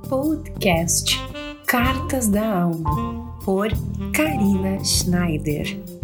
Podcast Cartas da Alma, por Karina Schneider.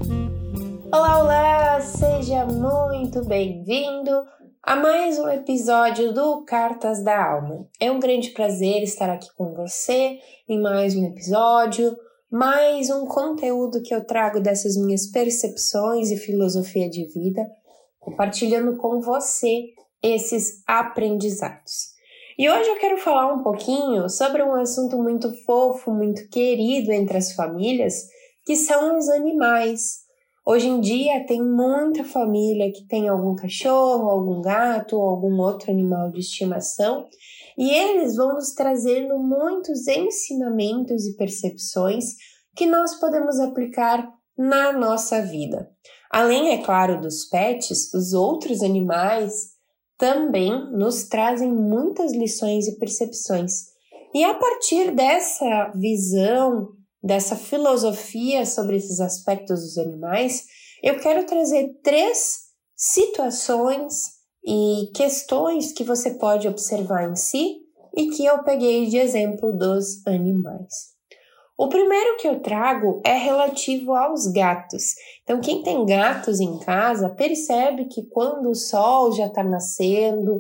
Olá, seja muito bem-vindo a mais um episódio do Cartas da Alma. É um grande prazer estar aqui com você em mais um episódio, mais um conteúdo que eu trago dessas minhas percepções e filosofia de vida, compartilhando com você esses aprendizados. E hoje eu quero falar um pouquinho sobre um assunto muito fofo, muito querido entre as famílias, que são os animais. Hoje em dia tem muita família que tem algum cachorro, algum gato ou algum outro animal de estimação, e eles vão nos trazendo muitos ensinamentos e percepções que nós podemos aplicar na nossa vida. Além, é claro, dos pets, os outros animais também nos trazem muitas lições e percepções. E a partir dessa visão, dessa filosofia sobre esses aspectos dos animais, eu quero trazer 3 situações e questões que você pode observar em si e que eu peguei de exemplo dos animais. O primeiro que eu trago é relativo aos gatos. Então, quem tem gatos em casa percebe que quando o sol já está nascendo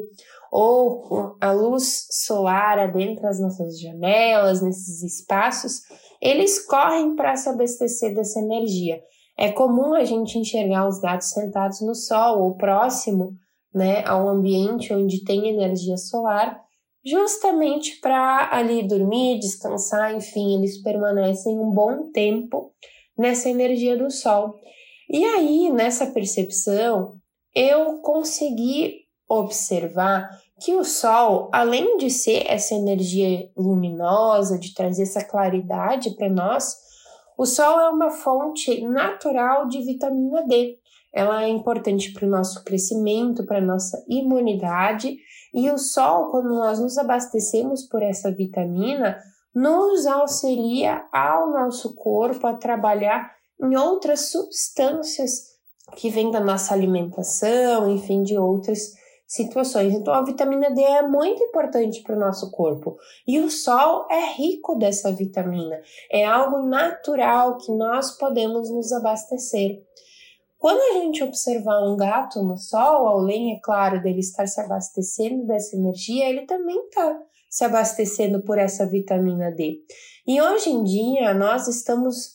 ou a luz solar adentra as nossas janelas, nesses espaços, eles correm para se abastecer dessa energia. É comum a gente enxergar os gatos sentados no sol ou próximo, a um ambiente onde tem energia solar, justamente para ali dormir, descansar, enfim, eles permanecem um bom tempo nessa energia do sol. E aí, nessa percepção, eu consegui observar que o sol, além de ser essa energia luminosa, de trazer essa claridade para nós, o sol é uma fonte natural de vitamina D. Ela é importante para o nosso crescimento, para a nossa imunidade, e o sol, quando nós nos abastecemos por essa vitamina, nos auxilia ao nosso corpo a trabalhar em outras substâncias que vêm da nossa alimentação, enfim, de outras situações. Então, a vitamina D é muito importante para o nosso corpo. E o sol é rico dessa vitamina. É algo natural que nós podemos nos abastecer. Quando a gente observar um gato no sol, além, é claro, dele estar se abastecendo dessa energia, ele também está se abastecendo por essa vitamina D. E hoje em dia, nós estamos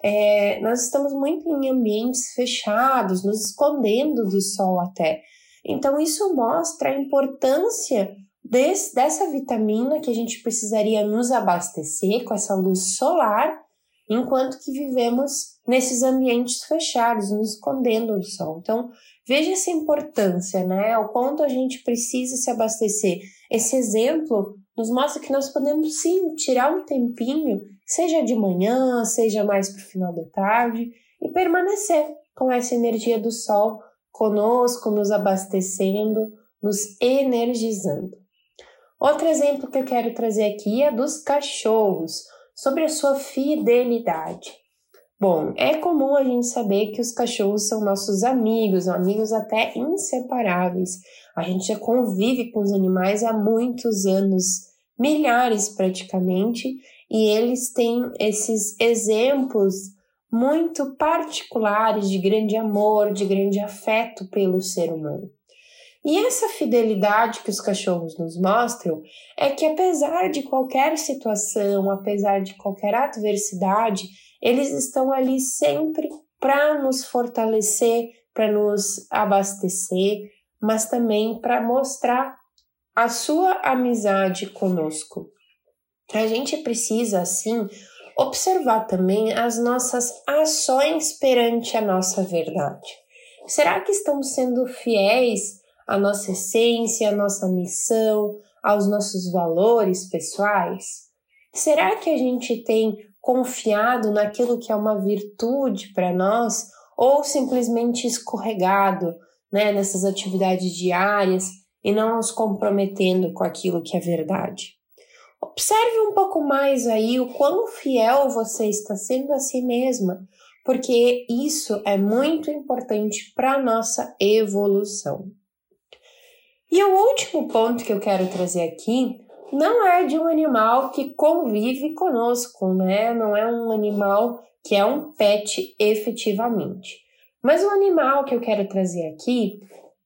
muito em ambientes fechados, nos escondendo do sol até. Então, isso mostra a importância dessa vitamina que a gente precisaria nos abastecer com essa luz solar, enquanto que vivemos nesses ambientes fechados, nos escondendo do sol. Então, veja essa importância, o quanto a gente precisa se abastecer. Esse exemplo nos mostra que nós podemos, sim, tirar um tempinho, seja de manhã, seja mais para o final da tarde, e permanecer com essa energia do sol conosco, nos abastecendo, nos energizando. Outro exemplo que eu quero trazer aqui é dos cachorros, sobre a sua fidelidade. Bom, é comum a gente saber que os cachorros são nossos amigos até inseparáveis. A gente já convive com os animais há muitos anos, milhares praticamente, e eles têm esses exemplos muito particulares de grande amor, de grande afeto pelo ser humano. E essa fidelidade que os cachorros nos mostram é que, apesar de qualquer situação, apesar de qualquer adversidade, eles estão ali sempre para nos fortalecer, para nos abastecer, mas também para mostrar a sua amizade conosco. A gente precisa, assim, observar também as nossas ações perante a nossa verdade. Será que estamos sendo fiéis à nossa essência, à nossa missão, aos nossos valores pessoais? Será que a gente tem confiado naquilo que é uma virtude para nós ou simplesmente escorregado, nessas atividades diárias e não nos comprometendo com aquilo que é verdade? Observe um pouco mais aí o quão fiel você está sendo a si mesma, porque isso é muito importante para a nossa evolução. E o último ponto que eu quero trazer aqui não é de um animal que convive conosco, né? Não é um animal que é um pet efetivamente. Mas o animal que eu quero trazer aqui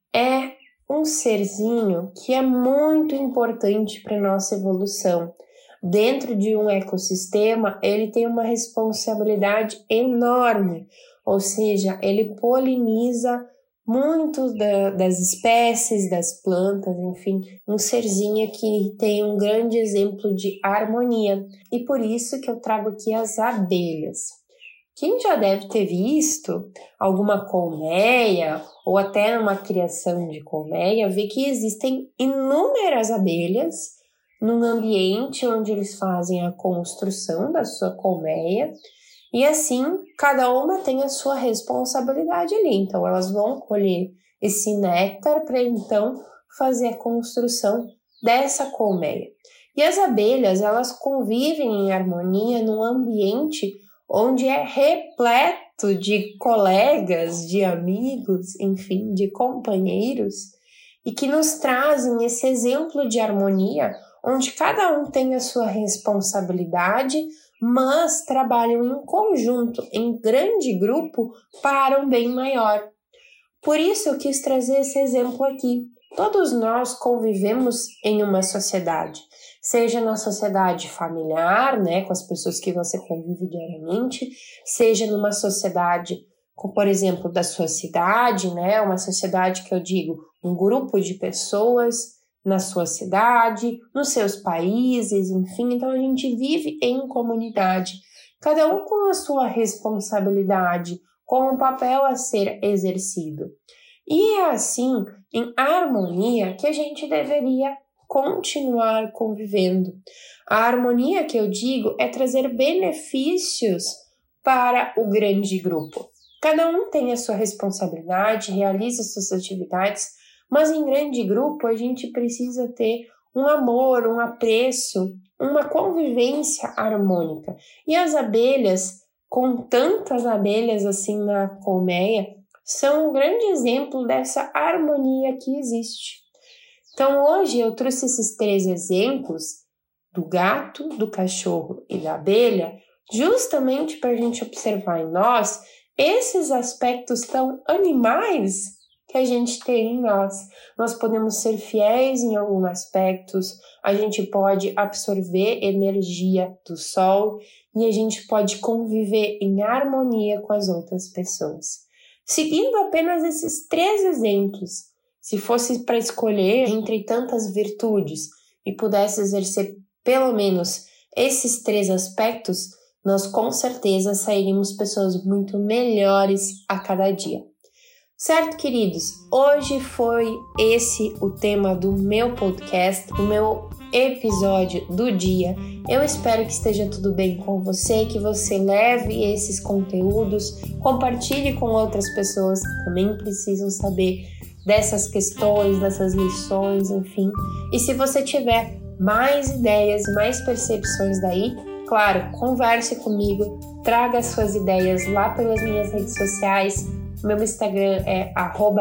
é um serzinho que é muito importante para a nossa evolução. Dentro de um ecossistema, ele tem uma responsabilidade enorme, ou seja, ele poliniza muito das espécies, das plantas, enfim, um serzinho que tem um grande exemplo de harmonia. E por isso que eu trago aqui as abelhas. Quem já deve ter visto alguma colmeia ou até uma criação de colmeia, vê que existem inúmeras abelhas num ambiente onde eles fazem a construção da sua colmeia e assim cada uma tem a sua responsabilidade ali. Então elas vão colher esse néctar para então fazer a construção dessa colmeia. E as abelhas, elas convivem em harmonia num ambiente onde é repleto de colegas, de amigos, enfim, de companheiros, e que nos trazem esse exemplo de harmonia, onde cada um tem a sua responsabilidade, mas trabalham em conjunto, em grande grupo, para um bem maior. Por isso eu quis trazer esse exemplo aqui. Todos nós convivemos em uma sociedade, seja na sociedade familiar, né, com as pessoas que você convive diariamente, seja numa sociedade, como, por exemplo, da sua cidade, né, uma sociedade que eu digo, um grupo de pessoas na sua cidade, nos seus países, enfim. Então a gente vive em comunidade, cada um com a sua responsabilidade, com um papel a ser exercido. E é assim, em harmonia, que a gente deveria continuar convivendo. A harmonia que eu digo é trazer benefícios para o grande grupo. Cada um tem a sua responsabilidade, realiza suas atividades, mas em grande grupo a gente precisa ter um amor, um apreço, uma convivência harmônica. E as abelhas, com tantas abelhas assim na colmeia, são um grande exemplo dessa harmonia que existe. Então hoje eu trouxe esses 3 exemplos do gato, do cachorro e da abelha, justamente para a gente observar em nós esses aspectos tão animais que a gente tem em nós. Nós podemos ser fiéis em alguns aspectos, a gente pode absorver energia do sol e a gente pode conviver em harmonia com as outras pessoas. Seguindo apenas esses 3 exemplos, se fosse para escolher entre tantas virtudes e pudesse exercer pelo menos esses 3 aspectos, nós com certeza sairíamos pessoas muito melhores a cada dia. Certo, queridos? Hoje foi esse o tema do meu podcast, o meu episódio do dia. Eu espero que esteja tudo bem com você, que você leve esses conteúdos, compartilhe com outras pessoas que também precisam saber dessas questões, dessas lições, enfim. E se você tiver mais ideias, mais percepções daí, claro, converse comigo, traga suas ideias lá pelas minhas redes sociais. Meu Instagram é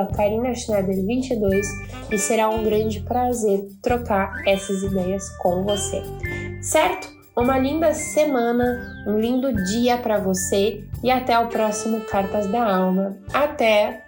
@karinaschneider22 e será um grande prazer trocar essas ideias com você. Certo? Uma linda semana, um lindo dia para você e até o próximo Cartas da Alma. Até!